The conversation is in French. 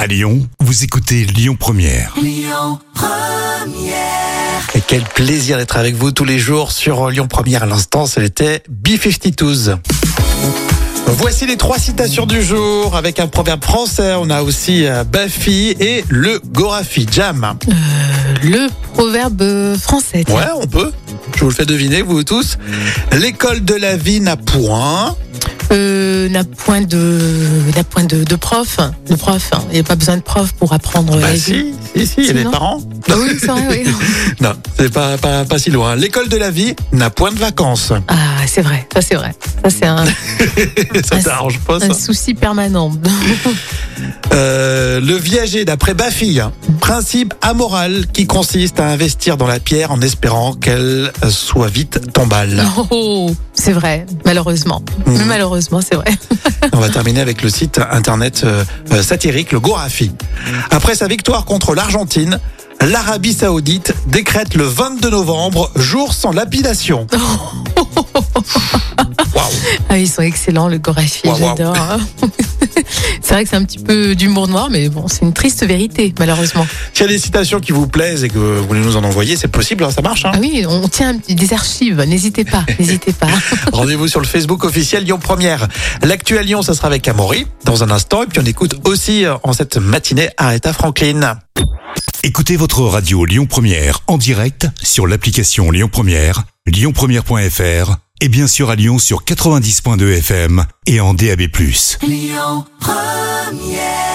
À Lyon, vous écoutez Lyon Première. Et quel plaisir d'être avec vous tous les jours sur Lyon Première. À l'instant, c'était B-52s. Voici les 3 citations du jour avec un proverbe français. On a aussi Bafi et le Gorafi. Jam. Le proverbe français. Ouais, on peut. Je vous le fais deviner, vous tous. L'école de la vie n'a point. N'a point de prof. De prof. Il n'y a pas besoin de prof pour apprendre la vie. Si, il y a des parents. Ah oui, c'est vrai, oui. Non, c'est pas si loin. L'école de la vie n'a point de vacances. Ah, c'est vrai. Ça, c'est vrai. Ça, c'est Ça t'arrange pas, ça? un souci permanent. Le viager d'après Bafi, principe amoral qui consiste à investir dans la pierre en espérant qu'elle soit vite tombale. Oh, c'est vrai, malheureusement. Mais malheureusement, c'est vrai. On va terminer avec le site internet satirique, le Gorafi. Après sa victoire contre l'Argentine, l'Arabie Saoudite décrète le 22 novembre jour sans lapidation. Waouh. Ah, ils sont excellents, le Gorafi, j'adore. C'est vrai que c'est un petit peu d'humour noir, mais bon, c'est une triste vérité, malheureusement. S'il y a des citations qui vous plaisent et que vous voulez nous en envoyer, c'est possible, hein, ça marche. Hein. Ah oui, on tient des archives, n'hésitez pas. Rendez-vous sur le Facebook officiel Lyon Première. L'actu à Lyon, ça sera avec Amaury dans un instant. Et puis on écoute aussi en cette matinée Aretha Franklin. Écoutez votre radio Lyon Première en direct sur l'application Lyon Première, lyonpremière.fr et bien sûr à Lyon sur 90.2 FM et en DAB+. Lyon Première.